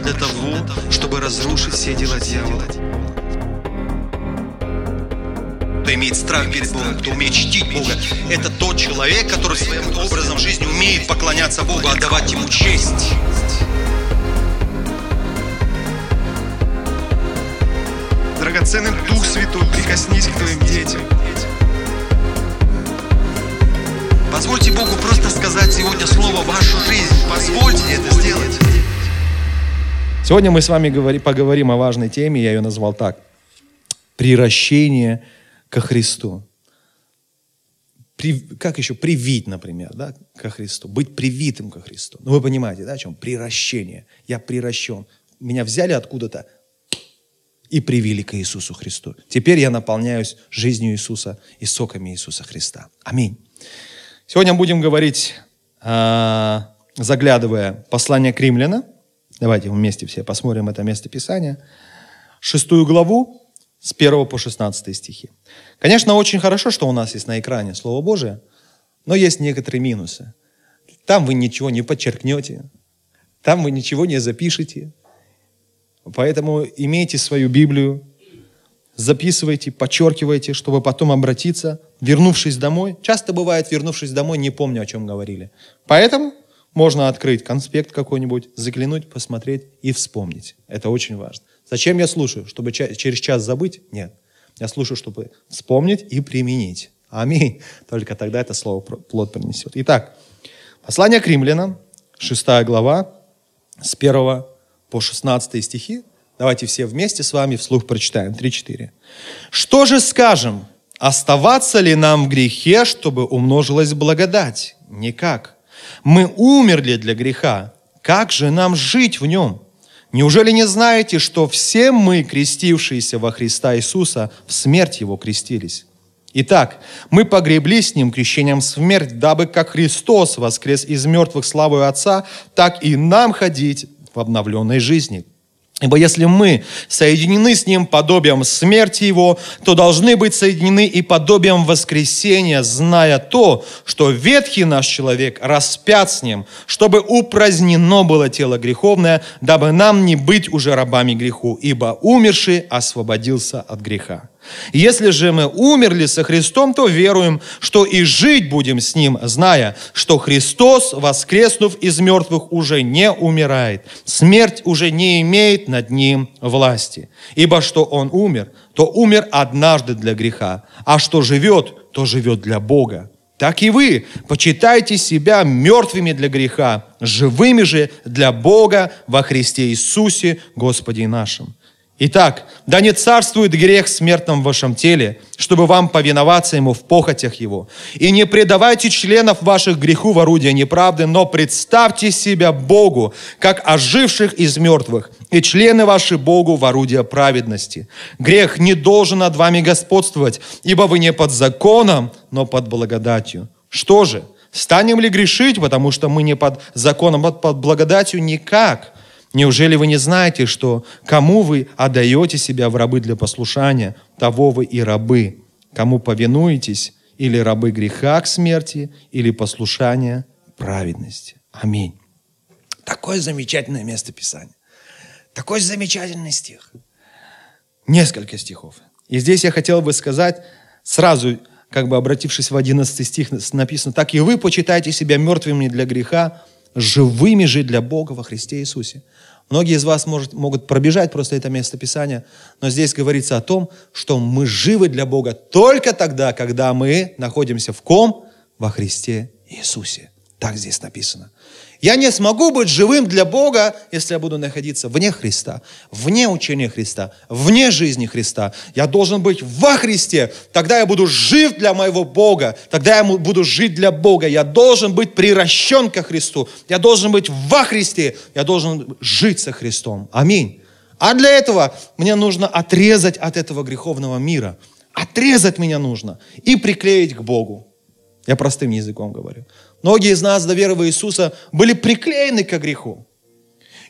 для того, чтобы разрушить все дела дьявола. Кто имеет страх перед Богом, кто умеет чтить Бога, это тот человек, который своим образом жизни умеет поклоняться Богу, отдавать Ему честь. Драгоценный Дух Святой, прикоснись к твоим детям. Позвольте Богу просто сказать сегодня слово в вашу жизнь. Позвольте это сделать. Сегодня мы с вами поговорим о важной теме, я ее назвал так. Приращение ко Христу. Как еще? Привить, например, да, ко Христу. Быть привитым ко Христу. Ну, вы понимаете, да, о чем? Приращение. Я приращен. Меня взяли откуда-то и привили к Иисусу Христу. Теперь я наполняюсь жизнью Иисуса и соками Иисуса Христа. Аминь. Сегодня будем говорить, заглядывая послание к Римлянам. Давайте вместе все посмотрим это место Писания. 6 главу, с 1 по 16 стихи. Конечно, очень хорошо, что у нас есть на экране Слово Божие, но есть некоторые минусы. Там вы ничего не подчеркнете, там вы ничего не запишете. Поэтому имейте свою Библию, записывайте, подчеркивайте, чтобы потом обратиться, вернувшись домой. Часто бывает, вернувшись домой, не помню, о чем говорили. Поэтому можно открыть конспект какой-нибудь, заглянуть, посмотреть и вспомнить. Это очень важно. Зачем я слушаю? Чтобы через час забыть? Нет. Я слушаю, чтобы вспомнить и применить. Аминь. Только тогда это слово плод принесет. Итак, послание к Римлянам, 6 глава, с 1 по 16 стихи. Давайте все вместе с вами вслух прочитаем. 3-4. «Что же скажем? Оставаться ли нам в грехе, чтобы умножилась благодать? Никак. Мы умерли для греха. Как же нам жить в нем? Неужели не знаете, что все мы, крестившиеся во Христа Иисуса, в смерть Его крестились? Итак, мы погреблись с Ним крещением в смерть, дабы как Христос воскрес из мертвых славою Отца, так и нам ходить в обновленной жизни. Ибо если мы соединены с Ним подобием смерти Его, то должны быть соединены и подобием воскресения, зная то, что ветхий наш человек распят с Ним, чтобы упразднено было тело греховное, дабы нам не быть уже рабами греху, ибо умерший освободился от греха. Если же мы умерли со Христом, то веруем, что и жить будем с Ним, зная, что Христос, воскреснув из мертвых, уже не умирает. Смерть уже не имеет над Ним власти. Ибо что Он умер, то умер однажды для греха, а что живет, то живет для Бога. Так и вы почитайте себя мертвыми для греха, живыми же для Бога во Христе Иисусе, Господе нашим. Итак, да не царствует грех в смертном вашем теле, чтобы вам повиноваться ему в похотях его. И не предавайте членов ваших греху в орудие неправды, но представьте себя Богу, как оживших из мертвых, и члены ваши Богу в орудие праведности. Грех не должен над вами господствовать, ибо вы не под законом, но под благодатью. Что же, станем ли грешить, потому что мы не под законом, а под благодатью? Никак. Неужели вы не знаете, что кому вы отдаете себя в рабы для послушания, того вы и рабы, кому повинуетесь, или рабы греха к смерти, или послушания праведности. Аминь. Такое замечательное место Писания. Такой замечательный стих. Несколько стихов. И здесь я хотел бы сказать, сразу как бы обратившись в 11 стих, написано: «Так и вы почитайте себя мертвыми для греха, живыми же для Бога во Христе Иисусе». Многие из вас могут пробежать просто это место Писания, но здесь говорится о том, что мы живы для Бога только тогда, когда мы находимся в ком? Во Христе Иисусе. Так здесь написано. Я не смогу быть живым для Бога, если я буду находиться вне Христа, вне учения Христа, вне жизни Христа. Я должен быть во Христе. Тогда я буду жив для моего Бога. Тогда я буду жить для Бога. Я должен быть приращен ко Христу. Я должен быть во Христе. Я должен жить со Христом. Аминь. А для этого мне нужно отрезать от этого греховного мира. Отрезать меня нужно и приклеить к Богу. Я простым языком говорю. Многие из нас до веры в Иисуса были приклеены к греху.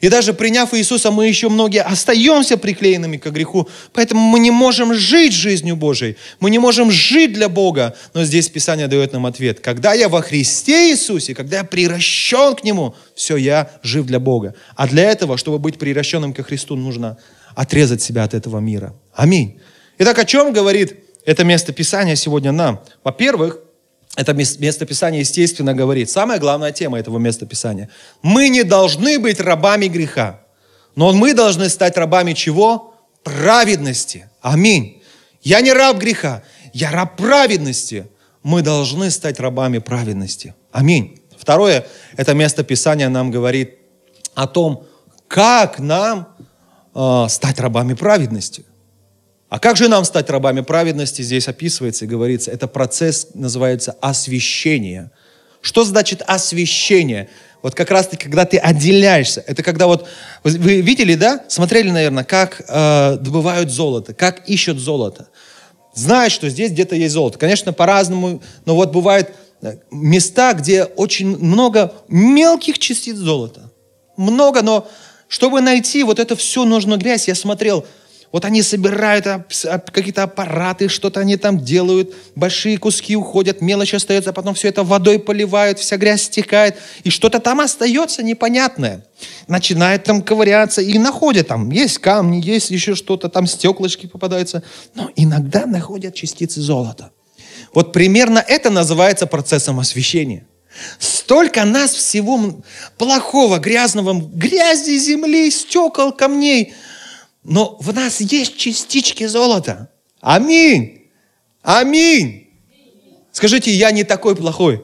И даже приняв Иисуса, мы еще многие остаемся приклеенными к греху. Поэтому мы не можем жить жизнью Божией. Мы не можем жить для Бога. Но здесь Писание дает нам ответ. Когда я во Христе Иисусе, когда я приращен к Нему, все, я жив для Бога. А для этого, чтобы быть приращенным ко Христу, нужно отрезать себя от этого мира. Аминь. Итак, о чем говорит это место Писания сегодня нам? Во-первых, это место Писания, естественно, говорит. Самая главная тема этого места Писания. Мы не должны быть рабами греха. Но мы должны стать рабами чего? Праведности. Аминь. Я не раб греха. Я раб праведности. Мы должны стать рабами праведности. Аминь. Второе, это место Писания нам говорит о том, как нам стать рабами праведности. А как же нам стать рабами праведности? Здесь описывается и говорится. Это процесс называется освящение. Что значит освящение? Вот как раз-таки, когда ты отделяешься. Это когда вот, вы видели, да? Смотрели, наверное, как добывают золото, как ищут золото. Знают, что здесь где-то есть золото. Конечно, по-разному, но вот бывают места, где очень много мелких частиц золота. Много, но чтобы найти вот это все, нужно грязь. Я смотрел, вот они собирают какие-то аппараты, что-то они там делают, большие куски уходят, мелочь остается, а потом все это водой поливают, вся грязь стекает, и что-то там остается непонятное. Начинают там ковыряться и находят там, есть камни, есть еще что-то, там стеклышки попадаются, но иногда находят частицы золота. Вот примерно это называется процессом освящения. Столько нас всего плохого, грязного, грязи, земли, стекол, камней, но в нас есть частички золота. Аминь. Аминь. Скажите, я не такой плохой.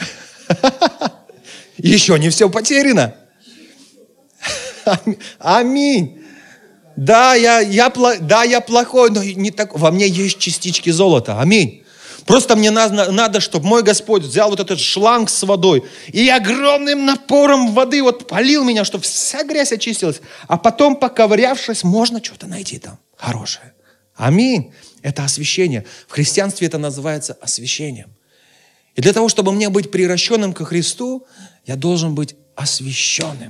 Еще не все потеряно. Аминь. Да, я плохой, но не так. Во мне есть частички золота. Аминь. Просто мне надо, чтобы мой Господь взял вот этот шланг с водой и огромным напором воды вот полил меня, чтобы вся грязь очистилась. А потом, поковырявшись, можно что-то найти там хорошее. Аминь. Это освящение. В христианстве это называется освящением. И для того, чтобы мне быть приращенным ко Христу, я должен быть освященным.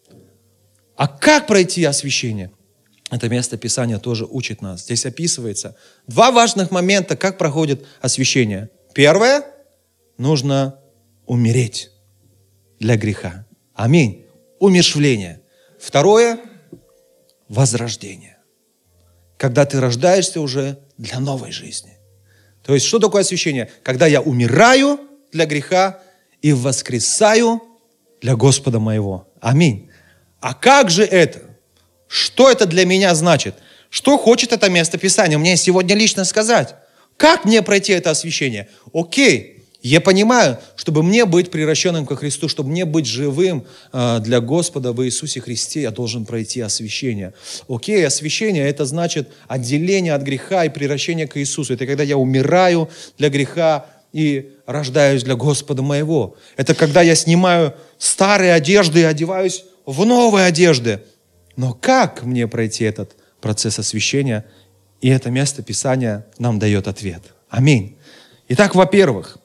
А как пройти освящение? Это место Писания тоже учит нас. Здесь описывается два важных момента, как проходит освящение. Первое, нужно умереть для греха. Аминь. Умерщвление. Второе, возрождение. Когда ты рождаешься уже для новой жизни. То есть, что такое освящение? Когда я умираю для греха и воскресаю для Господа моего. Аминь. А как же это? Что это для меня значит? Что хочет это место Писания мне сегодня лично сказать? Как мне пройти это освящение? Окей, я понимаю, чтобы мне быть приращенным ко Христу, чтобы мне быть живым для Господа в Иисусе Христе, я должен пройти освящение. Окей, освящение – это значит отделение от греха и приращение к Иисусу. Это когда я умираю для греха и рождаюсь для Господа моего. Это когда я снимаю старые одежды и одеваюсь в новые одежды. Но как мне пройти этот процесс освящения? И это место Писания нам дает ответ. Аминь. Итак, во-первых,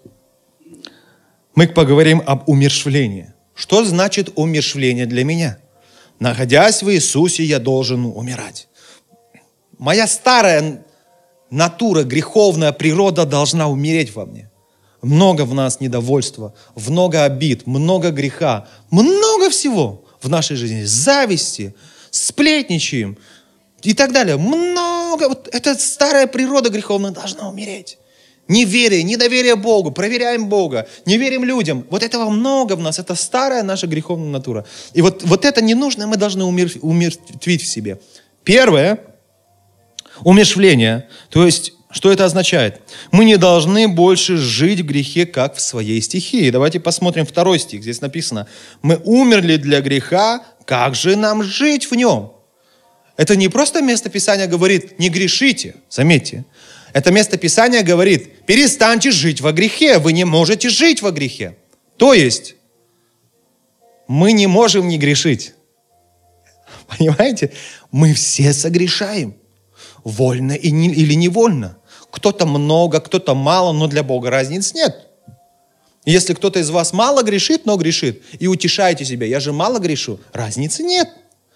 мы поговорим об умерщвлении. Что значит умерщвление для меня? Находясь в Иисусе, я должен умирать. Моя старая натура, греховная природа должна умереть во мне. Много в нас недовольства, много обид, много греха, много всего в нашей жизни. Зависти, сплетничаем и так далее. Много. Вот эта старая природа греховная должна умереть. Неверие, недоверие Богу, проверяем Бога, не верим людям. Вот этого много в нас. Это старая наша греховная натура. И вот это ненужное мы должны умертвить в себе. Первое, умерщвление. То есть, что это означает? Мы не должны больше жить в грехе, как в своей стихии. Давайте посмотрим 2 стих. Здесь написано: мы умерли для греха, как же нам жить в нем? Это не просто место Писания говорит: не грешите. Заметьте. Это место Писания говорит: перестаньте жить во грехе. Вы не можете жить во грехе. То есть, мы не можем не грешить. Понимаете? Мы все согрешаем. Вольно или невольно. Кто-то много, кто-то мало, но для Бога разницы нет. Если кто-то из вас мало грешит, но грешит, и утешаете себя: я же мало грешу, разницы нет.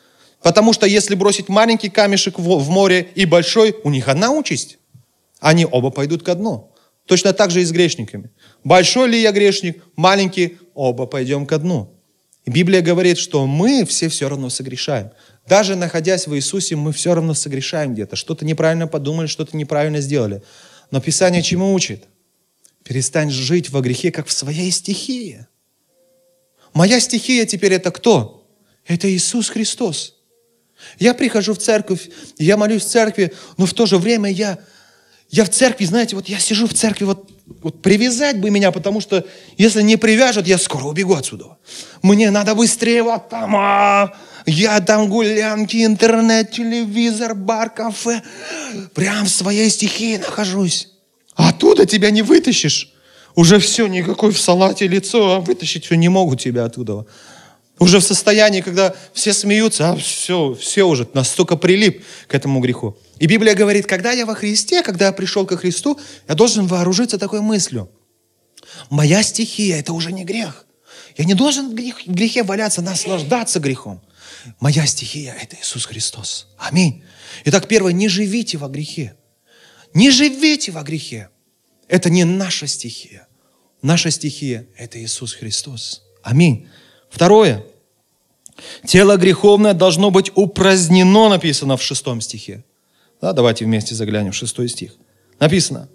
Потому что если бросить маленький камешек в море и большой, у них одна участь. Они оба пойдут ко дну. Точно так же и с грешниками. Большой ли я грешник, маленький, оба пойдем ко дну. И Библия говорит, что мы все равно согрешаем. Даже находясь в Иисусе, мы все равно согрешаем где-то. Что-то неправильно подумали, что-то неправильно сделали. Но Писание чему учит? Перестань жить во грехе, как в своей стихии. Моя стихия теперь это кто? Это Иисус Христос. Я прихожу в церковь, я молюсь в церкви, но в то же время я в церкви, знаете, вот я сижу в церкви, вот привязать бы меня, потому что если не привяжут, я скоро убегу отсюда. Мне надо быстрее вот там, я там гулянки, интернет, телевизор, бар, кафе. Прям в своей стихии нахожусь. А оттуда тебя не вытащишь. Уже все, никакой в салате лицо, вытащить все не могут тебя оттуда. Уже в состоянии, когда все смеются, все уже настолько прилип к этому греху. И Библия говорит, когда я во Христе, когда я пришел ко Христу, я должен вооружиться такой мыслью. Моя стихия – это уже не грех. Я не должен в грехе валяться, наслаждаться грехом. Моя стихия – это Иисус Христос. Аминь. Итак, первое, не живите во грехе. Не живите во грехе. Это не наша стихия. Наша стихия – это Иисус Христос. Аминь. Второе. Тело греховное должно быть упразднено, написано в 6 стихе. Да, давайте вместе заглянем в 6 стих. Написано.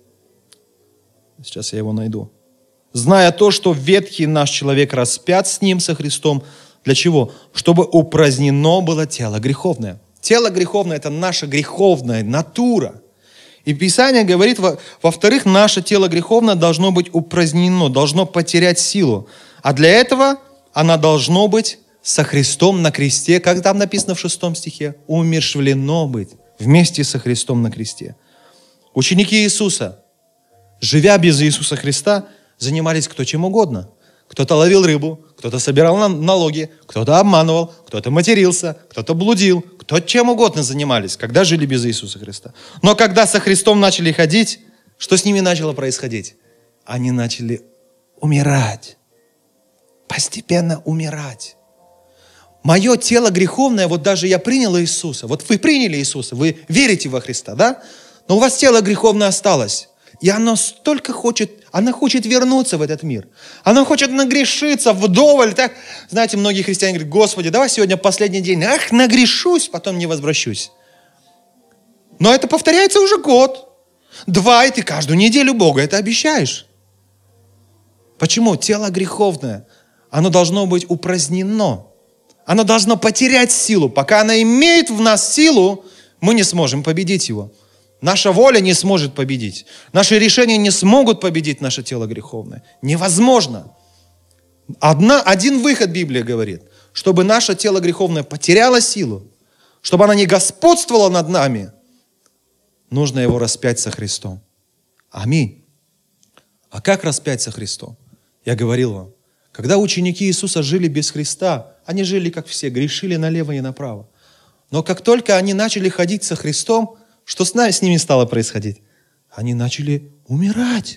Сейчас я его найду. Зная то, что ветхий наш человек распят с ним, со Христом. Для чего? Чтобы упразднено было тело греховное. Тело греховное – это наша греховная натура. И Писание говорит, во-вторых, наше тело греховное должно быть упразднено, должно потерять силу. А для этого оно должно быть со Христом на кресте, как там написано в 6 стихе, умерщвлено быть вместе со Христом на кресте. Ученики Иисуса, живя без Иисуса Христа, занимались кто чем угодно. Кто-то ловил рыбу, кто-то собирал налоги, кто-то обманывал, кто-то матерился, кто-то блудил, кто чем угодно занимались, когда жили без Иисуса Христа. Но когда со Христом начали ходить, что с ними начало происходить? Они начали умирать. Постепенно умирать. Мое тело греховное, вот даже я принял Иисуса. Вот вы приняли Иисуса, вы верите во Христа, да? Но у вас тело греховное осталось. И оно столько хочет вернуться в этот мир. Оно хочет нагрешиться вдоволь. Так, знаете, многие христиане говорят, Господи, давай сегодня последний день. Ах, нагрешусь, потом не возвращусь. Но это повторяется уже год, 2, и ты каждую неделю Бога это обещаешь. Почему? Тело греховное. Оно должно быть упразднено. Оно должно потерять силу. Пока оно имеет в нас силу, мы не сможем победить его. Наша воля не сможет победить. Наши решения не смогут победить наше тело греховное. Невозможно. Один выход Библия говорит. Чтобы наше тело греховное потеряло силу, чтобы оно не господствовало над нами, нужно его распять со Христом. Аминь. А как распять со Христом? Я говорил вам. Когда ученики Иисуса жили без Христа, они жили, как все, грешили налево и направо. Но как только они начали ходить со Христом, что с ними стало происходить? Они начали умирать.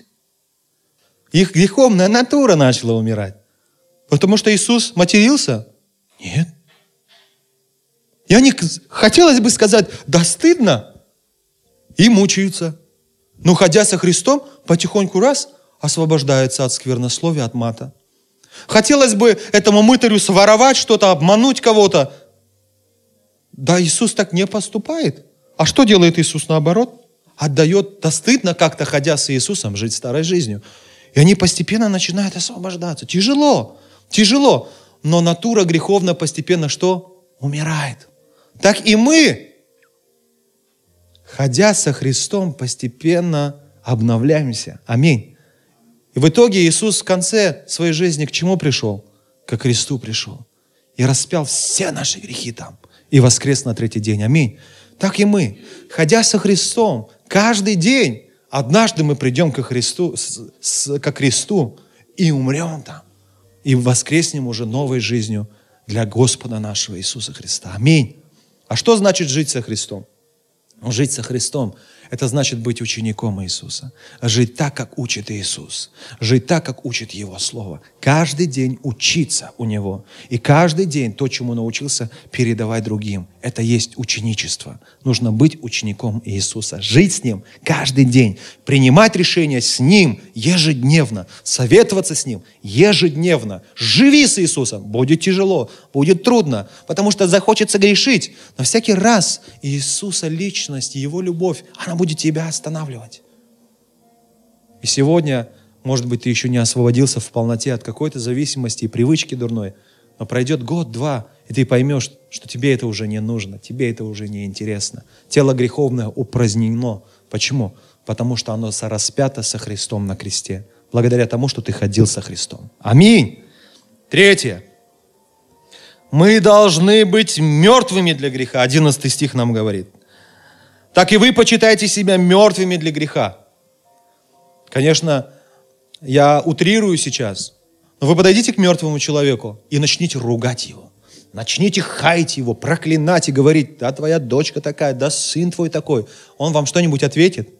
Их греховная натура начала умирать. Потому что Иисус матерился? Нет. И они, хотелось бы сказать, да стыдно. И мучаются. Но ходя со Христом, потихоньку раз освобождаются от сквернословия, от мата. Хотелось бы этому мытарю своровать что-то, обмануть кого-то. Да, Иисус так не поступает. А что делает Иисус наоборот? Отдает, да стыдно как-то, ходя с Иисусом, жить старой жизнью. И они постепенно начинают освобождаться. Тяжело, тяжело. Но натура греховная постепенно что? Умирает. Так и мы, ходя со Христом, постепенно обновляемся. Аминь. И в итоге Иисус в конце своей жизни к чему пришел? Ко кресту пришел. И распял все наши грехи там. И воскрес на 3-й день. Аминь. Так и мы, ходя со Христом, каждый день, однажды мы придем ко кресту и умрем там. И воскреснем уже новой жизнью для Господа нашего Иисуса Христа. Аминь. А что значит жить со Христом? Жить со Христом Это значит быть учеником Иисуса. Жить так, как учит Иисус. Жить так, как учит Его Слово. Каждый день учиться у Него. И каждый день то, чему научился, передавать другим. Это есть ученичество. Нужно быть учеником Иисуса. Жить с Ним каждый день. Принимать решения с Ним ежедневно. Советоваться с Ним ежедневно. Живи с Иисусом. Будет тяжело, будет трудно, потому что захочется грешить. Но всякий раз Иисуса личность, Его любовь, она будет тебя останавливать. И сегодня, может быть, ты еще не освободился в полноте от какой-то зависимости и привычки дурной, но пройдет год-два, и ты поймешь, что тебе это уже не нужно, тебе это уже не интересно. Тело греховное упразднено. Почему? Потому что оно сораспято со Христом на кресте. Благодаря тому, что ты ходил со Христом. Аминь. Третье. Мы должны быть мертвыми для греха. 11 стих нам говорит. Так и вы почитайте себя мертвыми для греха. Конечно, я утрирую сейчас, но вы подойдите к мертвому человеку и начните ругать его. Начните хаять его, проклинать и говорить: да, твоя дочка такая, да, сын твой такой. Он вам что-нибудь ответит?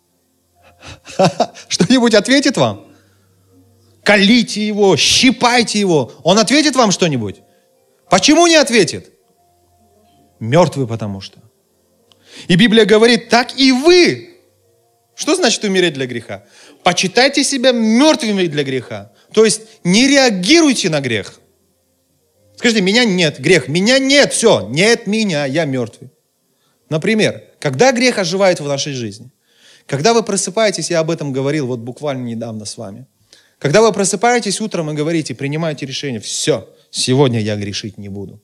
Что-нибудь ответит вам? Колите его, щипайте его. Он ответит вам что-нибудь? Почему не ответит? Мертвый потому что. И Библия говорит: так и вы. Что значит умереть для греха? Почитайте себя мертвыми для греха. То есть не реагируйте на грех. Скажите: меня нет, грех, меня нет, все, нет меня, я мертвый. Например, когда грех оживает в нашей жизни? Когда вы просыпаетесь, я об этом говорил вот буквально недавно с вами. Когда вы просыпаетесь утром и говорите, принимаете решение: все, сегодня я грешить не буду.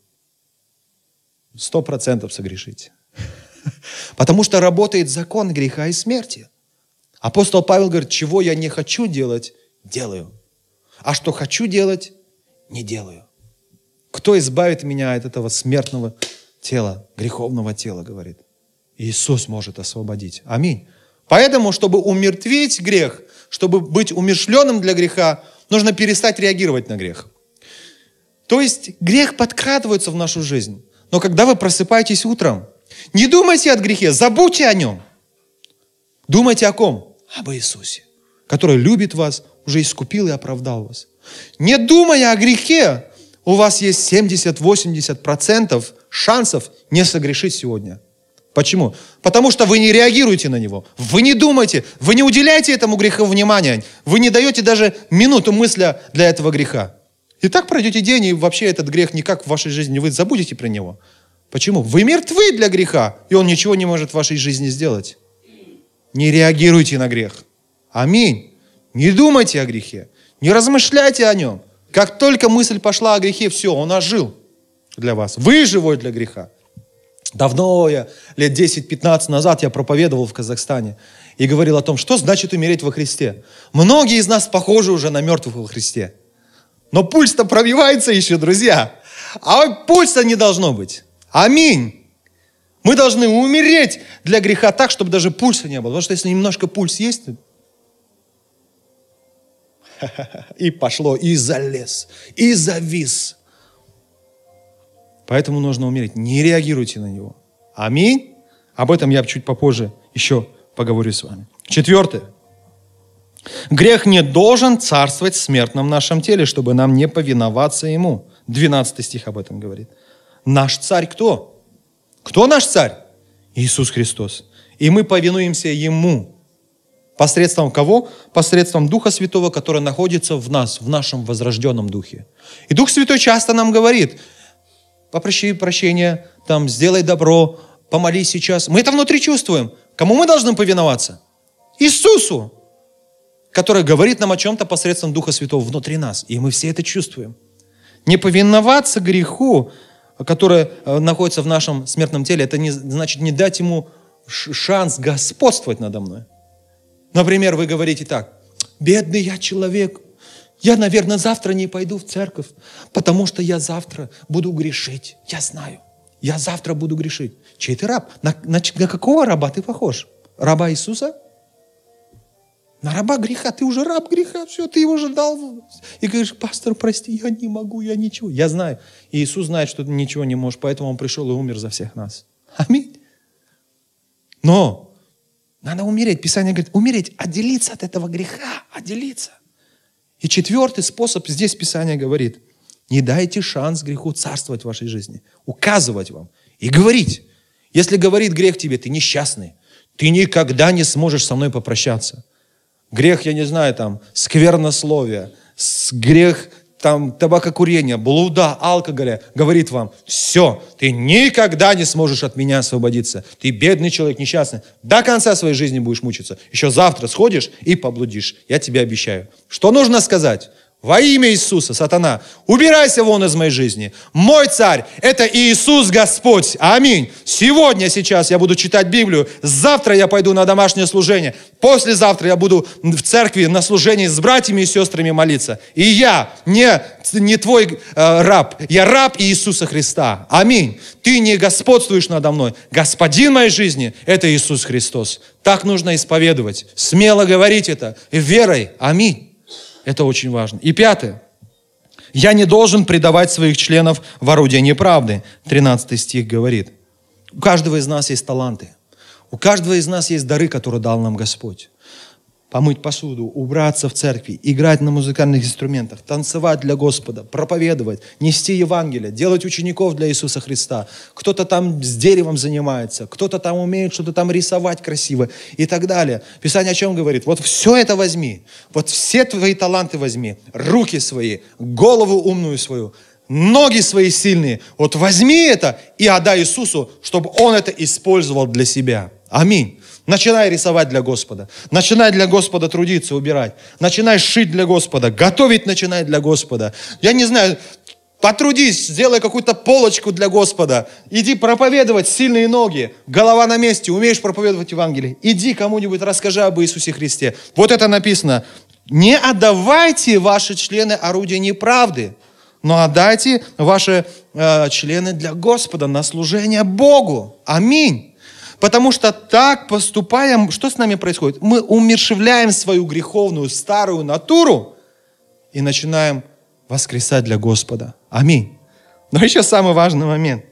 100% согрешите. Потому что работает закон греха и смерти. Апостол Павел говорит: чего я не хочу делать, делаю. А что хочу делать, не делаю. Кто избавит меня от этого смертного тела, греховного тела, говорит. Иисус может освободить. Аминь. Поэтому, чтобы умертвить грех, чтобы быть умерщвленным для греха, нужно перестать реагировать на грех. То есть грех подкрадывается в нашу жизнь. Но когда вы просыпаетесь утром, не думайте о грехе, забудьте о нем. Думайте о ком? Об Иисусе, который любит вас, уже искупил и оправдал вас. Не думая о грехе, у вас есть 70-80% шансов не согрешить сегодня. Почему? Потому что вы не реагируете на него. Вы не думаете, вы не уделяете этому греху внимания. Вы не даете даже минуту мысли для этого греха. И так пройдете день, и вообще этот грех никак в вашей жизни, вы забудете про него. Почему? Вы мертвы для греха, и он ничего не может в вашей жизни сделать. Не реагируйте на грех. Аминь. Не думайте о грехе. Не размышляйте о нем. Как только мысль пошла о грехе, все, он ожил для вас. Вы живой для греха. Давно, лет 10-15 назад я проповедовал в Казахстане и говорил о том, что значит умереть во Христе. Многие из нас похожи уже на мертвых во Христе. Но пульс-то пробивается еще, друзья. А пульса не должно быть. Аминь. Мы должны умереть для греха так, чтобы даже пульса не было. Потому что если немножко пульс есть, и пошло, и залез, и завис. Поэтому нужно умереть. Не реагируйте на него. Аминь. Об этом я чуть попозже еще поговорю с вами. 4. Грех не должен царствовать в смертном нашем теле, чтобы нам не повиноваться ему. 12 стих об этом говорит. Наш царь кто? Кто наш царь? Иисус Христос. И мы повинуемся ему. Посредством кого? Посредством Духа Святого, который находится в нас, в нашем возрожденном Духе. И Дух Святой часто нам говорит: попроси прощения, там, сделай добро, помолись сейчас. Мы это внутри чувствуем. Кому мы должны повиноваться? Иисусу, который говорит нам о чем-то посредством Духа Святого внутри нас. И мы все это чувствуем. Не повиноваться греху, который находится в нашем смертном теле, это не, значит не дать ему шанс господствовать надо мной. Например, вы говорите так: бедный я человек, я, наверное, завтра не пойду в церковь, потому что я завтра буду грешить. Я знаю, я завтра буду грешить. Чей ты раб? На какого раба ты похож? Раба Иисуса? На раба греха. Ты уже раб греха, все, ты его же дал. И говоришь: пастор, прости, я не могу, я ничего. Я знаю. И Иисус знает, что ты ничего не можешь, поэтому Он пришел и умер за всех нас. Аминь. Но Надо умереть. Писание говорит, умереть, отделиться от этого греха, отделиться. И четвертый способ, здесь Писание говорит, не дайте шанс греху царствовать в вашей жизни. Указывать вам и говорить. Если говорит грех тебе, ты несчастный, ты никогда не сможешь со мной попрощаться. Грех, я не знаю, там, сквернословие, грех, там, табакокурения, блуда, алкоголя, говорит вам, все, ты никогда не сможешь от меня освободиться. Ты бедный человек, несчастный. До конца своей жизни будешь мучиться. Еще завтра сходишь и поблудишь. Я тебе обещаю. Что нужно сказать? Во имя Иисуса, сатана, убирайся вон из моей жизни. Мой царь – это Иисус Господь. Аминь. Сегодня, сейчас я буду читать Библию. Завтра я пойду на домашнее служение. Послезавтра я буду в церкви на служении с братьями и сестрами молиться. И я не твой раб. Я раб Иисуса Христа. Аминь. Ты не господствуешь надо мной. Господин моей жизни – это Иисус Христос. Так нужно исповедовать. Смело говорить это. Верой. Аминь. Это очень важно. И пятое. Я не должен предавать своих членов в орудие неправды. 13 стих говорит. У каждого из нас есть таланты. У каждого из нас есть дары, которые дал нам Господь. Помыть посуду, убраться в церкви, играть на музыкальных инструментах, танцевать для Господа, проповедовать, нести Евангелие, делать учеников для Иисуса Христа. Кто-то там с деревом занимается, кто-то там умеет что-то там рисовать красиво и так далее. Писание о чем говорит? Вот все это возьми, вот все твои таланты возьми, руки свои, голову умную свою, ноги свои сильные. Вот возьми это и отдай Иисусу, чтобы Он это использовал для себя. Аминь. Начинай рисовать для Господа. Начинай для Господа трудиться, убирать. Начинай шить для Господа. Готовить начинай для Господа. Я не знаю, потрудись, сделай какую-то полочку для Господа. Иди проповедовать, сильные ноги, голова на месте, умеешь проповедовать Евангелие. Иди кому-нибудь расскажи об Иисусе Христе. Вот это написано. Не отдавайте ваши члены орудия неправды, но отдайте ваши члены для Господа на служение Богу. Аминь. Потому что так поступаем, что с нами происходит? Мы умерщвляем свою греховную старую натуру и начинаем воскресать для Господа. Аминь. Но еще самый важный момент.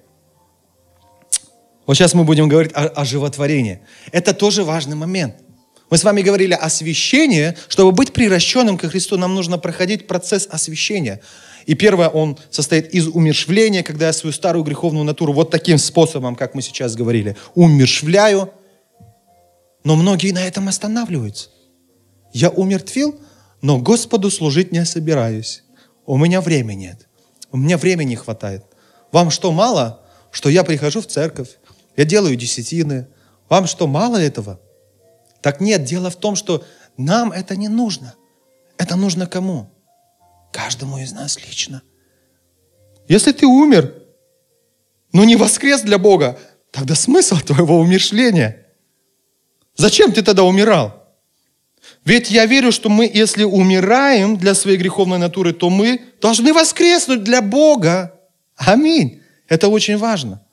Вот сейчас мы будем говорить о животворении. Это тоже важный момент. Мы с вами говорили о освящении. Чтобы быть приращенным ко Христу, нам нужно проходить процесс освящения. И первое, он состоит из умерщвления, когда я свою старую греховную натуру вот таким способом, как мы сейчас говорили, умерщвляю. Но многие на этом останавливаются. Я умертвил, но Господу служить не собираюсь. У меня времени нет. У меня времени не хватает. Вам что, мало, что я прихожу в церковь, я делаю десятины? Вам что, мало этого? Так нет, дело в том, что нам это не нужно. Это нужно кому? Каждому из нас лично. Если ты умер, но не воскрес для Бога, тогда смысл твоего умерщвления? Зачем ты тогда умирал? Ведь я верю, что мы, если умираем для своей греховной натуры, то мы должны воскреснуть для Бога. Аминь. Это очень важно.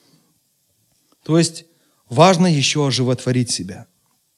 То есть важно еще оживотворить себя.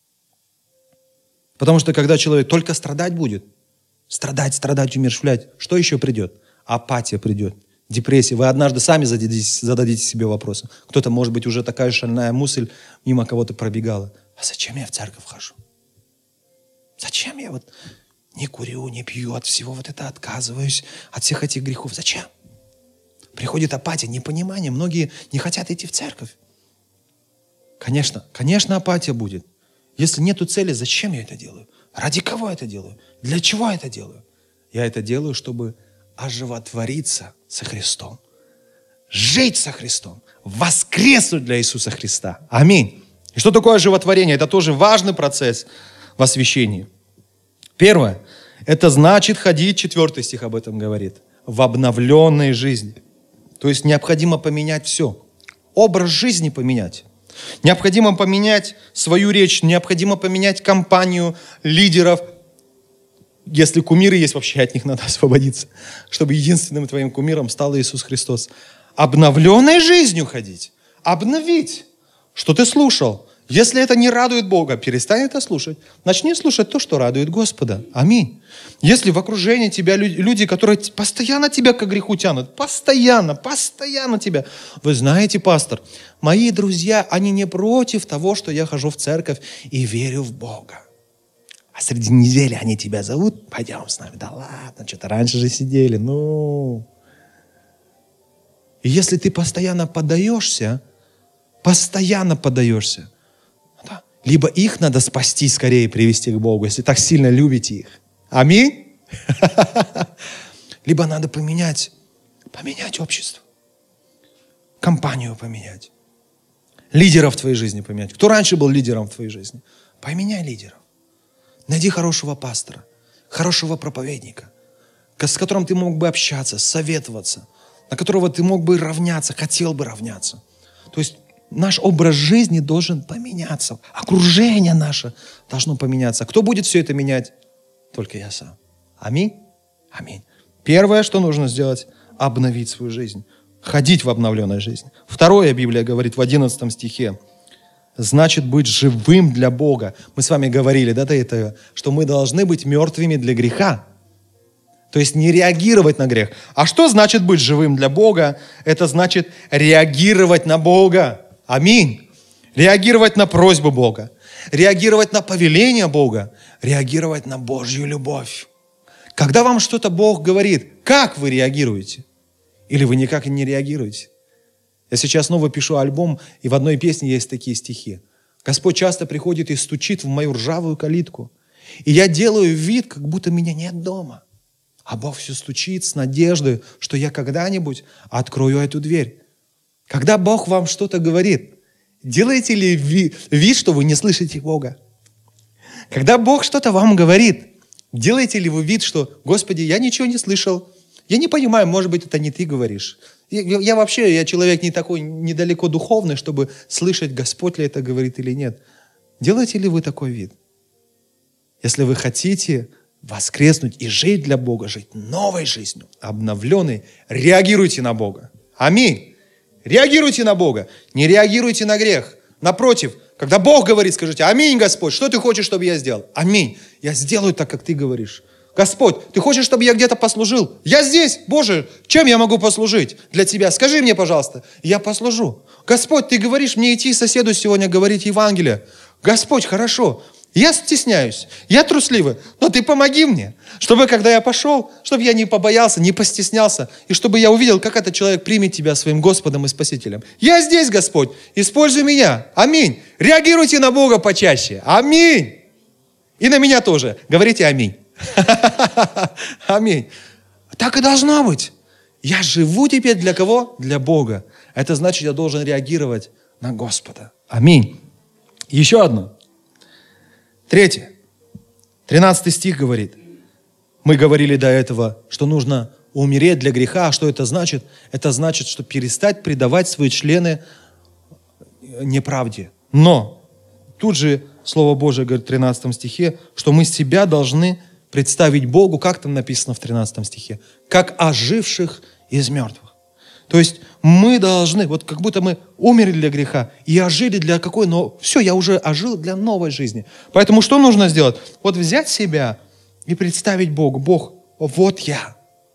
Потому что когда человек только страдать будет, страдать, умерщвлять. Что еще придет? Апатия придет, депрессия. Вы однажды сами зададите себе вопросы. Кто-то, может быть, уже такая шальная мысль мимо кого-то пробегала. А зачем я в церковь хожу? Зачем я вот не курю, не пью, от всего вот это отказываюсь, от всех этих грехов? Зачем? Приходит апатия, непонимание. Многие не хотят идти в церковь. Конечно, апатия будет. Если нету цели, зачем я это делаю? Ради кого я это делаю? Для чего я это делаю? Я это делаю, чтобы оживотвориться со Христом. Жить со Христом. Воскреснуть для Иисуса Христа. Аминь. И что такое оживотворение? Это тоже важный процесс в освящении. Первое. Это значит ходить, 4 стих об этом говорит, в обновленной жизни. То есть необходимо поменять все. Образ жизни поменять. Необходимо поменять свою речь, необходимо поменять компанию лидеров. Если кумиры есть, вообще от них надо освободиться, чтобы единственным твоим кумиром стал Иисус Христос. Обновленной жизнью ходить, обновить, что ты слушал. Если это не радует Бога, перестань это слушать. Начни слушать то, что радует Господа. Аминь. Если в окружении тебя люди, которые постоянно тебя к греху тянут, постоянно тебя. Вы знаете, пастор, мои друзья, они не против того, что я хожу в церковь и верю в Бога. А среди недели они тебя зовут, пойдем с нами. Да ладно, что-то раньше же сидели, И если ты постоянно поддаешься, да, либо их надо спасти скорее, привести к Богу, если так сильно любите их. Аминь. Либо надо поменять общество, компанию поменять, лидеров в твоей жизни поменять. Кто раньше был лидером в твоей жизни? Поменяй лидеров. Найди хорошего пастора, хорошего проповедника, с которым ты мог бы общаться, советоваться, на которого ты мог бы равняться, хотел бы равняться. То есть наш образ жизни должен поменяться. Окружение наше должно поменяться. Кто будет все это менять? Только я сам. Аминь? Аминь. Первое, что нужно сделать, обновить свою жизнь. Ходить в обновленной жизни. Второе, Библия говорит в 11 стихе, значит быть живым для Бога. Мы с вами говорили до этого, что мы должны быть мертвыми для греха. То есть не реагировать на грех. А что значит быть живым для Бога? Это значит реагировать на Бога. Аминь. Реагировать на просьбу Бога. Реагировать на повеление Бога. Реагировать на Божью любовь. Когда вам что-то Бог говорит, как вы реагируете? Или вы никак и не реагируете? Я сейчас снова пишу альбом, и в одной песне есть такие стихи. Господь часто приходит и стучит в мою ржавую калитку. И я делаю вид, как будто меня нет дома. А Бог все стучит с надеждой, что я когда-нибудь открою эту дверь. Когда Бог вам что-то говорит, делаете ли вид, что вы не слышите Бога? Когда Бог что-то вам говорит, делаете ли вы вид, что, Господи, я ничего не слышал, я не понимаю, может быть, это не ты говоришь. Я человек не такой недалеко духовный, чтобы слышать, Господь ли это говорит или нет. Делаете ли вы такой вид? Если вы хотите воскреснуть и жить для Бога, жить новой жизнью, обновленной, реагируйте на Бога. Аминь. Реагируйте на Бога. Не реагируйте на грех. Напротив, когда Бог говорит, скажите, аминь, Господь, что ты хочешь, чтобы я сделал? Аминь. Я сделаю так, как ты говоришь. Господь, ты хочешь, чтобы я где-то послужил? Я здесь, Боже, чем я могу послужить для тебя? Скажи мне, пожалуйста, я послужу. Господь, ты говоришь мне идти соседу сегодня говорить Евангелие. Господь, хорошо. Я стесняюсь, я трусливый, но ты помоги мне, чтобы, когда я пошел, чтобы я не побоялся, не постеснялся, и чтобы я увидел, как этот человек примет тебя своим Господом и Спасителем. Я здесь, Господь, используй меня. Аминь. Реагируйте на Бога почаще. Аминь. И на меня тоже. Говорите аминь. Аминь. Так и должно быть. Я живу теперь для кого? Для Бога. Это значит, я должен реагировать на Господа. Аминь. Еще одно. 3. 13 стих говорит. Мы говорили до этого, что нужно умереть для греха. А что это значит? Это значит, что перестать предавать свои члены неправде. Но тут же Слово Божие говорит в 13 стихе, что мы себя должны представить Богу, как там написано в 13 стихе, как оживших из мертвых. То есть мы должны, вот как будто мы умерли для греха и ожили для какой, но все, я уже ожил для новой жизни. Поэтому что нужно сделать? Вот взять себя и представить Богу. Бог, вот я.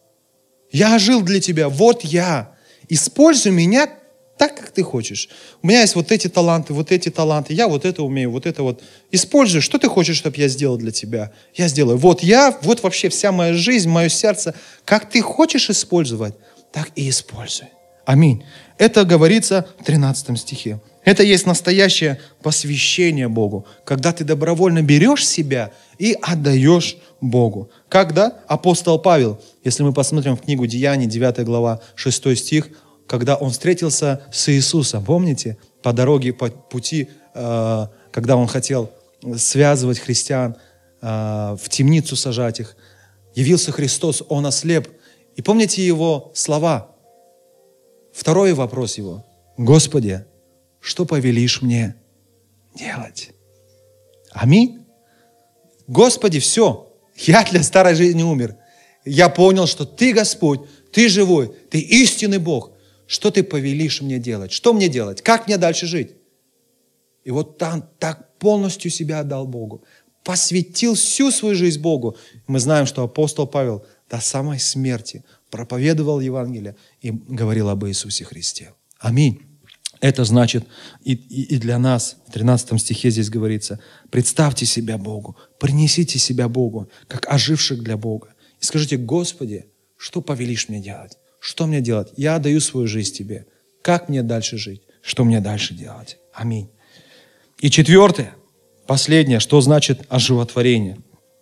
Я ожил для тебя, вот я. Используй меня так, как ты хочешь. У меня есть вот эти таланты, я вот это умею, вот это вот. Используй, что ты хочешь, чтобы я сделал для тебя. Я сделаю. Вот я, вот вообще вся моя жизнь, мое сердце. Как ты хочешь использовать, так и используй. Аминь. Это говорится в 13 стихе. Это есть настоящее посвящение Богу, когда ты добровольно берешь себя и отдаешь Богу. Когда апостол Павел, если мы посмотрим в книгу Деяний, 9 глава, 6 стих, когда он встретился с Иисусом, помните, по дороге, по пути, когда он хотел связывать христиан, в темницу сажать их, явился Христос, он ослеп. И помните его слова? Второй вопрос его. Господи, что повелишь мне делать? Аминь. Господи, все. Я для старой жизни умер. Я понял, что Ты, Господь, Ты живой, Ты истинный Бог. Что Ты повелишь мне делать? Что мне делать? Как мне дальше жить? И вот там так полностью себя отдал Богу. Посвятил всю свою жизнь Богу. Мы знаем, что апостол Павел до самой смерти проповедовал Евангелие и говорил об Иисусе Христе. Аминь. Это значит и для нас, в 13 стихе здесь говорится, представьте себя Богу, принесите себя Богу, как оживших для Бога. И скажите: Господи, что повелишь мне делать? Что мне делать? Я отдаю свою жизнь Тебе. Как мне дальше жить? Что мне дальше делать? Аминь. И четвертое, последнее, что значит оживотворение?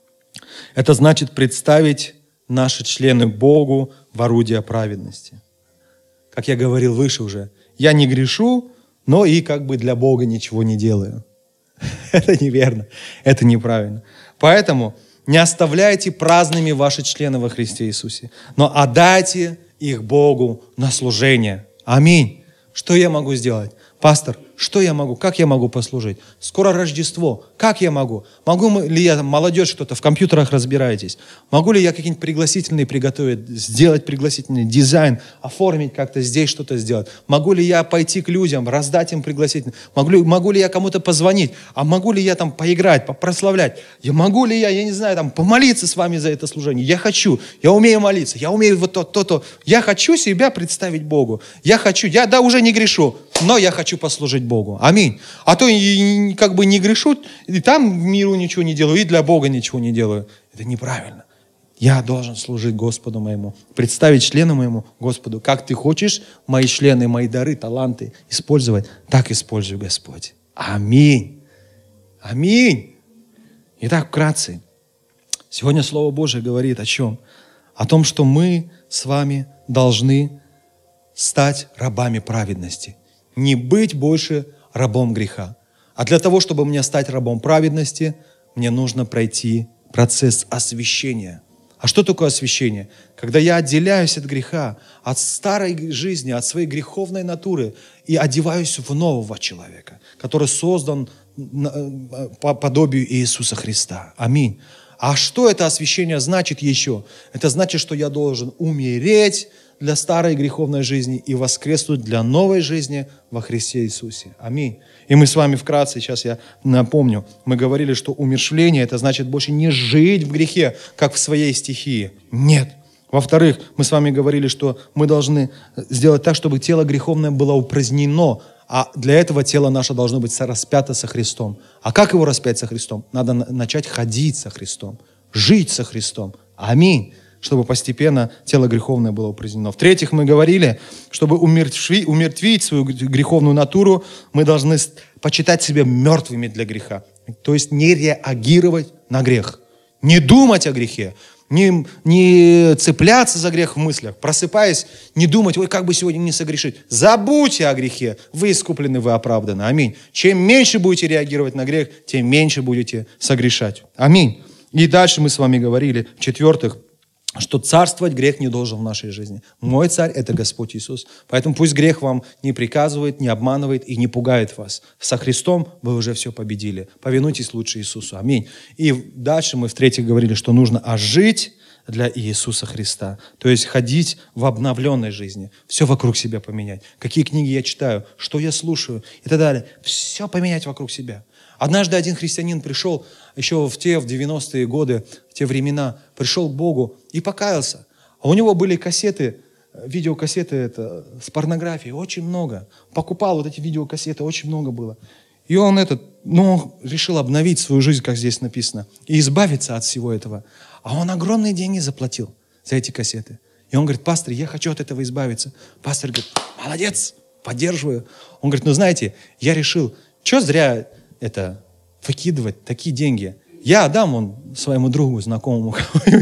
Это значит представить наши члены Богу в орудие праведности. Как я говорил выше уже, я не грешу, но и как бы для Бога ничего не делаю. Это неверно, это неправильно. Поэтому не оставляйте праздными ваши члены во Христе Иисусе, но отдайте их Богу на служение. Аминь. Что я могу сделать? Пастор, что я могу? Как я могу послужить? Скоро Рождество. Как я могу? Могу ли я, молодежь, что-то в компьютерах разбираетесь? Могу ли я какие-нибудь пригласительные приготовить, сделать пригласительный дизайн, оформить как-то здесь что-то сделать? Могу ли я пойти к людям, раздать им пригласительные? Могу ли я кому-то позвонить? А могу ли я там поиграть, прославлять? Могу ли я не знаю, там помолиться с вами за это служение? Я хочу, я умею молиться, я умею вот то. Я хочу себя представить Богу. Я уже не грешу, но я хочу послужить Богу. Аминь. А то как бы не грешу, и там миру ничего не делаю, и для Бога ничего не делаю. Это неправильно. Я должен служить Господу моему, представить члену моему Господу. Как ты хочешь мои члены, мои дары, таланты использовать, так используй, Господь. Аминь. Аминь. Итак, вкратце. Сегодня Слово Божие говорит о чем? О том, что мы с вами должны стать рабами праведности. Не быть больше рабом греха. А для того, чтобы мне стать рабом праведности, мне нужно пройти процесс освящения. А что такое освящение? Когда я отделяюсь от греха, от старой жизни, от своей греховной натуры и одеваюсь в нового человека, который создан по подобию Иисуса Христа. Аминь. А что это освящение значит еще? Это значит, что я должен умереть для старой греховной жизни и воскреснуть для новой жизни во Христе Иисусе. Аминь. И мы с вами вкратце, сейчас я напомню, мы говорили, что умерщвление, это значит больше не жить в грехе, как в своей стихии. Нет. Во-вторых, мы с вами говорили, что мы должны сделать так, чтобы тело греховное было упразднено, а для этого тело наше должно быть распято со Христом. А как его распять со Христом? Надо начать ходить со Христом, жить со Христом. Аминь. Чтобы постепенно тело греховное было упразднено. В-третьих, мы говорили, чтобы умертвить свою греховную натуру, мы должны почитать себя мертвыми для греха. То есть не реагировать на грех, не думать о грехе, не цепляться за грех в мыслях, просыпаясь, не думать: ой, как бы сегодня не согрешить. Забудьте о грехе, вы искуплены, вы оправданы. Аминь. Чем меньше будете реагировать на грех, тем меньше будете согрешать. Аминь. И дальше мы с вами говорили, в-четвертых, что царствовать грех не должен в нашей жизни. Мой царь – это Господь Иисус. Поэтому пусть грех вам не приказывает, не обманывает и не пугает вас. Со Христом вы уже все победили. Повинуйтесь лучше Иисусу. Аминь. И дальше мы в-третьих говорили, что нужно ожить для Иисуса Христа. То есть ходить в обновленной жизни. Все вокруг себя поменять. Какие книги я читаю, что я слушаю и так далее. Все поменять вокруг себя. Однажды один христианин пришел еще в 90-е годы, в те времена, пришел к Богу и покаялся. А у него были кассеты, видеокассеты с порнографией, очень много. Покупал вот эти видеокассеты, очень много было. И он решил обновить свою жизнь, как здесь написано, и избавиться от всего этого. А он огромные деньги заплатил за эти кассеты. И он говорит: пастор, я хочу от этого избавиться. Пастор говорит: молодец, поддерживаю. Он говорит: знаете, я решил, что зря выкидывать такие деньги. Я отдам своему другу, знакомому.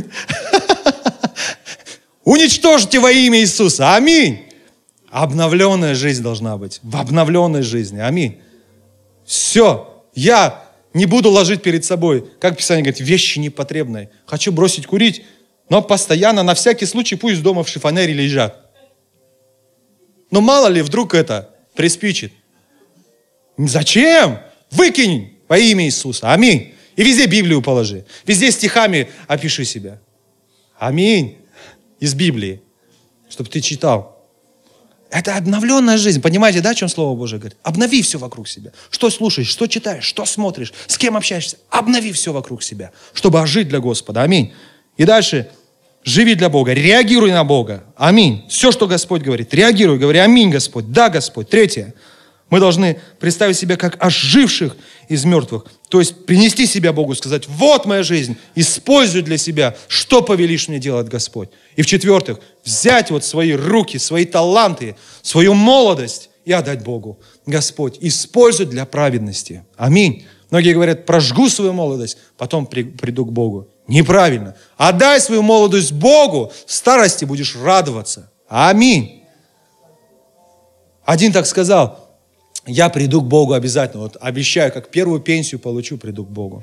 Уничтожьте во имя Иисуса. Аминь. Обновленная жизнь должна быть. В обновленной жизни. Аминь. Все. Я не буду ложить перед собой, как Писание говорит, вещи непотребные. Хочу бросить курить, но постоянно, на всякий случай, пусть дома в шифонере лежат. Но мало ли, вдруг приспичит. Зачем? Выкинь во имя Иисуса. Аминь. И везде Библию положи. Везде стихами опиши себя. Аминь. Из Библии. Чтобы ты читал. Это обновленная жизнь. Понимаете, да, о чем Слово Божие говорит? Обнови все вокруг себя. Что слушаешь, что читаешь, что смотришь, с кем общаешься. Обнови все вокруг себя, чтобы ожить для Господа. Аминь. И дальше живи для Бога, реагируй на Бога. Аминь. Все, что Господь говорит, реагируй, говори аминь, Господь. Да, Господь. Третье. Мы должны представить себя как оживших из мертвых. То есть принести себя Богу, сказать, вот моя жизнь, используй для себя, что повелишь мне делать, Господь. И в-четвертых, взять вот свои руки, свои таланты, свою молодость и отдать Богу. Господь, используй для праведности. Аминь. Многие говорят, прожгу свою молодость, потом приду к Богу. Неправильно. Отдай свою молодость Богу, в старости будешь радоваться. Аминь. Один так сказал, я приду к Богу обязательно. Вот обещаю, как первую пенсию получу, приду к Богу.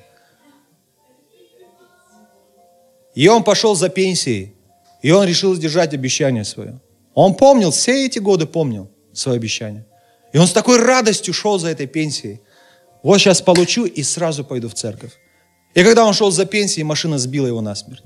И он пошел за пенсией. И он решил сдержать обещание свое. Он помнил, все эти годы помнил свое обещание. И он с такой радостью шел за этой пенсией. Вот сейчас получу и сразу пойду в церковь. И когда он шел за пенсией, машина сбила его насмерть.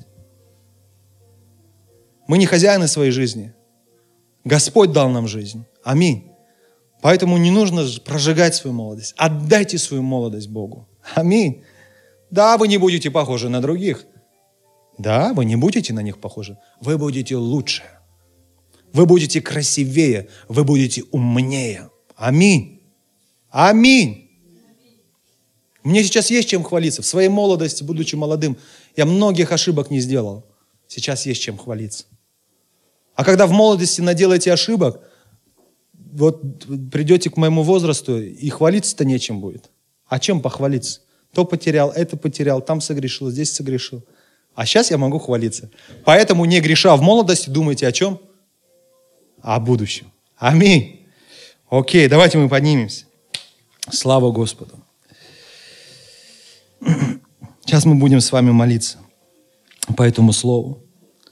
Мы не хозяины своей жизни. Господь дал нам жизнь. Аминь. Поэтому не нужно прожигать свою молодость. Отдайте свою молодость Богу. Аминь. Да, вы не будете похожи на других. Да, вы не будете на них похожи. Вы будете лучше. Вы будете красивее. Вы будете умнее. Аминь. Аминь. Мне сейчас есть чем хвалиться. В своей молодости, будучи молодым, я многих ошибок не сделал. Сейчас есть чем хвалиться. А когда в молодости наделаете ошибок, вот придете к моему возрасту, и хвалиться-то нечем будет. А чем похвалиться? То потерял, это потерял, там согрешил, здесь согрешил. А сейчас я могу хвалиться. Поэтому, не греша в молодости, думайте о чем? О будущем. Аминь. Окей, давайте мы поднимемся. Слава Господу. Сейчас мы будем с вами молиться по этому слову.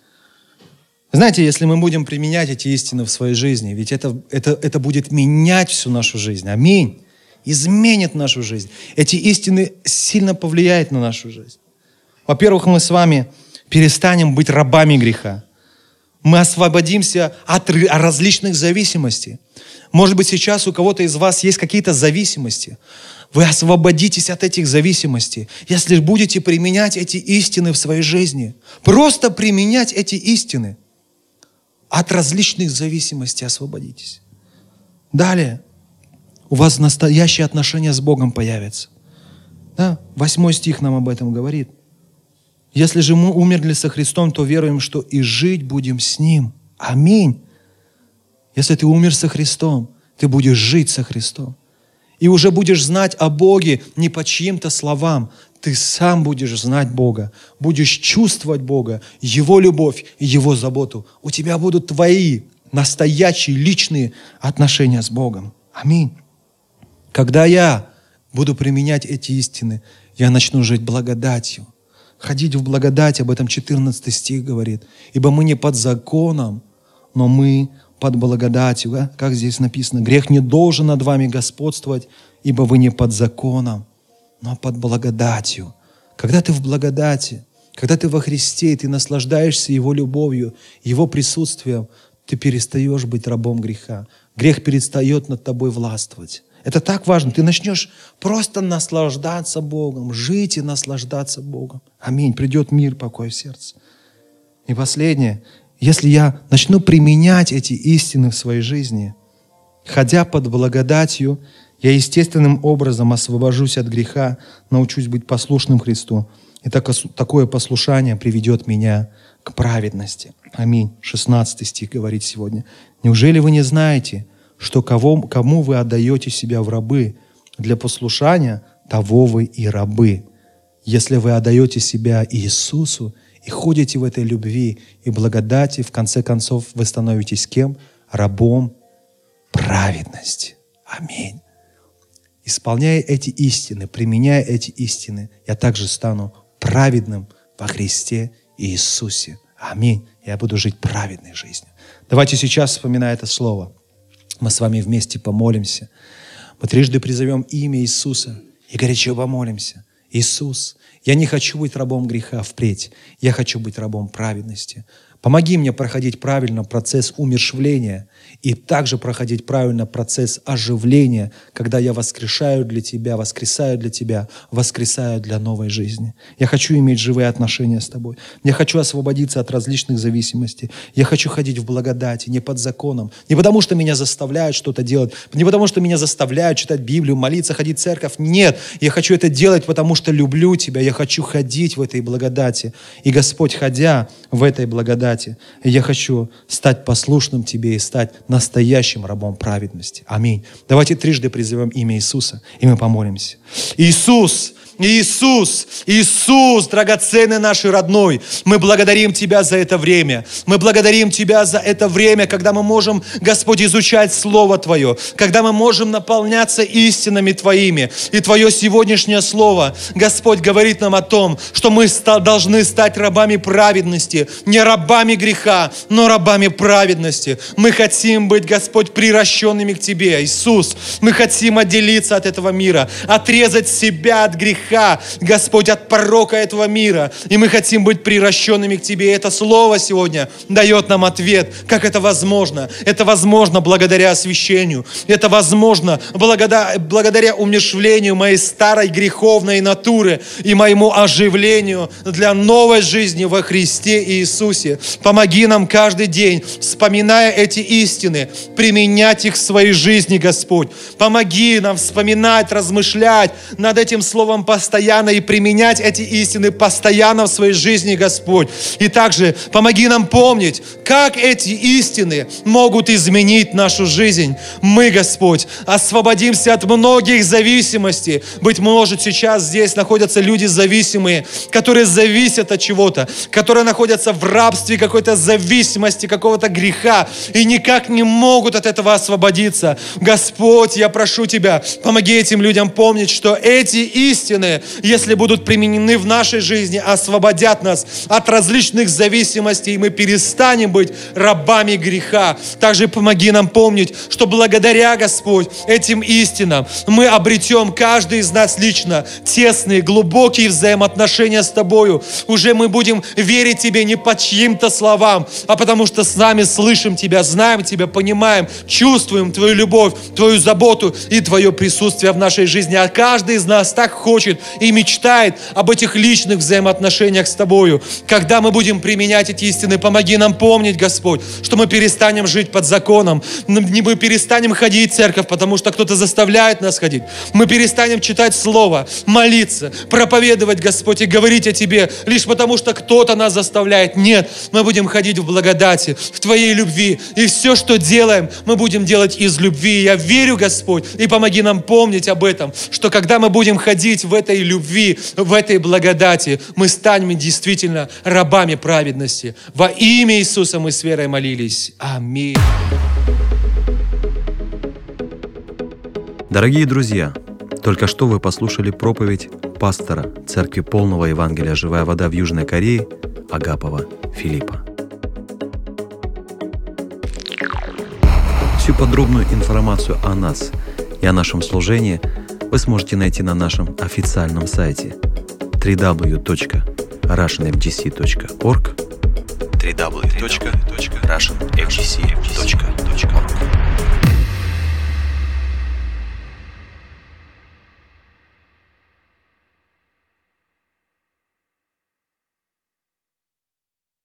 Знаете, если мы будем применять эти истины в своей жизни, ведь это будет менять всю нашу жизнь. Аминь. Изменит нашу жизнь. Эти истины сильно повлияют на нашу жизнь. Во-первых, мы с вами перестанем быть рабами греха. Мы освободимся от различных зависимостей. Может быть, сейчас у кого-то из вас есть какие-то зависимости. Вы освободитесь от этих зависимостей, если будете применять эти истины в своей жизни. Просто применять эти истины. От различных зависимостей освободитесь. Далее. У вас настоящие отношения с Богом появятся. Да? 8 стих нам об этом говорит. Если же мы умерли со Христом, то веруем, что и жить будем с Ним. Аминь. Если ты умер со Христом, ты будешь жить со Христом. И уже будешь знать о Боге не по чьим-то словам. Ты сам будешь знать Бога, будешь чувствовать Бога, Его любовь и Его заботу. У тебя будут твои настоящие личные отношения с Богом. Аминь. Когда я буду применять эти истины, я начну жить благодатью. Ходить в благодать, об этом 14 стих говорит. Ибо мы не под законом, но мы под благодатью. Да? Как здесь написано? Грех не должен над вами господствовать, ибо вы не под законом, но под благодатью. Когда ты в благодати, когда ты во Христе, и ты наслаждаешься Его любовью, Его присутствием, ты перестаешь быть рабом греха. Грех перестает над тобой властвовать. Это так важно. Ты начнешь просто наслаждаться Богом, жить и наслаждаться Богом. Аминь. Придет мир, покой в сердце. И последнее. Если я начну применять эти истины в своей жизни, ходя под благодатью, я естественным образом освобожусь от греха, научусь быть послушным Христу. И такое послушание приведет меня к праведности. Аминь. 16 стих говорит сегодня. Неужели вы не знаете, что кому вы отдаете себя в рабы для послушания, того вы и рабы. Если вы отдаете себя Иисусу и ходите в этой любви и благодати, в конце концов вы становитесь кем? Рабом праведности. Аминь. Исполняя эти истины, применяя эти истины, я также стану праведным во Христе Иисусе. Аминь. Я буду жить праведной жизнью. Давайте сейчас, вспоминая это слово, мы с вами вместе помолимся. Мы трижды призовем имя Иисуса и горячо помолимся. Иисус, я не хочу быть рабом греха впредь. Я хочу быть рабом праведности. Помоги мне проходить правильно процесс умерщвления и также проходить правильно процесс оживления, когда я воскрешаю для Тебя, воскресаю для новой жизни. Я хочу иметь живые отношения с Тобой. Я хочу освободиться от различных зависимостей. Я хочу ходить в благодати, не под законом. Не потому, что меня заставляют что-то делать, не потому, что меня заставляют читать Библию, молиться, ходить в церковь. Нет, я хочу это делать, потому что люблю Тебя. Я хочу ходить в этой благодати. И Господь, ходя в этой благодати, я хочу стать послушным Тебе и стать настоящим рабом праведности. Аминь. Давайте трижды призовем имя Иисуса, и мы помолимся. Иисус! Иисус, Иисус, драгоценный наш и родной, мы благодарим Тебя за это время. Мы благодарим Тебя за это время, когда мы можем, Господь, изучать Слово Твое, когда мы можем наполняться истинами Твоими. И Твое сегодняшнее Слово, Господь, говорит нам о том, что мы должны стать рабами праведности, не рабами греха, но рабами праведности. Мы хотим быть, Господь, приращенными к Тебе, Иисус. Мы хотим отделиться от этого мира, отрезать себя от греха, Господь, от порока этого мира. И мы хотим быть приращенными к Тебе. И это Слово сегодня дает нам ответ, как это возможно. Это возможно благодаря освящению. Это возможно благодаря умерщвлению моей старой греховной натуры и моему оживлению для новой жизни во Христе Иисусе. Помоги нам каждый день, вспоминая эти истины, применять их в своей жизни, Господь. Помоги нам вспоминать, размышлять над этим Словом постоянно и применять эти истины постоянно в своей жизни, Господь. И также помоги нам помнить, как эти истины могут изменить нашу жизнь. Мы, Господь, освободимся от многих зависимостей. Быть может, сейчас здесь находятся люди зависимые, которые зависят от чего-то, которые находятся в рабстве какой-то зависимости, какого-то греха и никак не могут от этого освободиться. Господь, я прошу Тебя, помоги этим людям помнить, что эти истины, если будут применены в нашей жизни, освободят нас от различных зависимостей, и мы перестанем быть рабами греха. Также помоги нам помнить, что благодаря, Господь, этим истинам мы обретем, каждый из нас лично, тесные, глубокие взаимоотношения с Тобою. Уже мы будем верить Тебе не по чьим-то словам, а потому что с нами слышим Тебя, знаем Тебя, понимаем, чувствуем Твою любовь, Твою заботу и Твое присутствие в нашей жизни. А каждый из нас так хочет и мечтает об этих личных взаимоотношениях с Тобою. Когда мы будем применять эти истины, помоги нам помнить, Господь, что мы перестанем жить под законом, мы перестанем ходить в церковь, потому что кто-то заставляет нас ходить. Мы перестанем читать Слово, молиться, проповедовать, Господь, и говорить о Тебе, лишь потому что кто-то нас заставляет. Нет, мы будем ходить в благодати, в Твоей любви. И все, что делаем, мы будем делать из любви. Я верю, Господь, и помоги нам помнить об этом, что когда мы будем ходить в этой любви, в этой благодати, мы станем действительно рабами праведности. Во имя Иисуса мы с верой молились. Аминь. Дорогие друзья, только что вы послушали проповедь пастора Церкви Полного Евангелия «Живая вода» в Южной Корее Агапова Филиппа. Всю подробную информацию о нас и о нашем служении вы сможете найти на нашем официальном сайте www.russianfgc.org www.russianfgc.org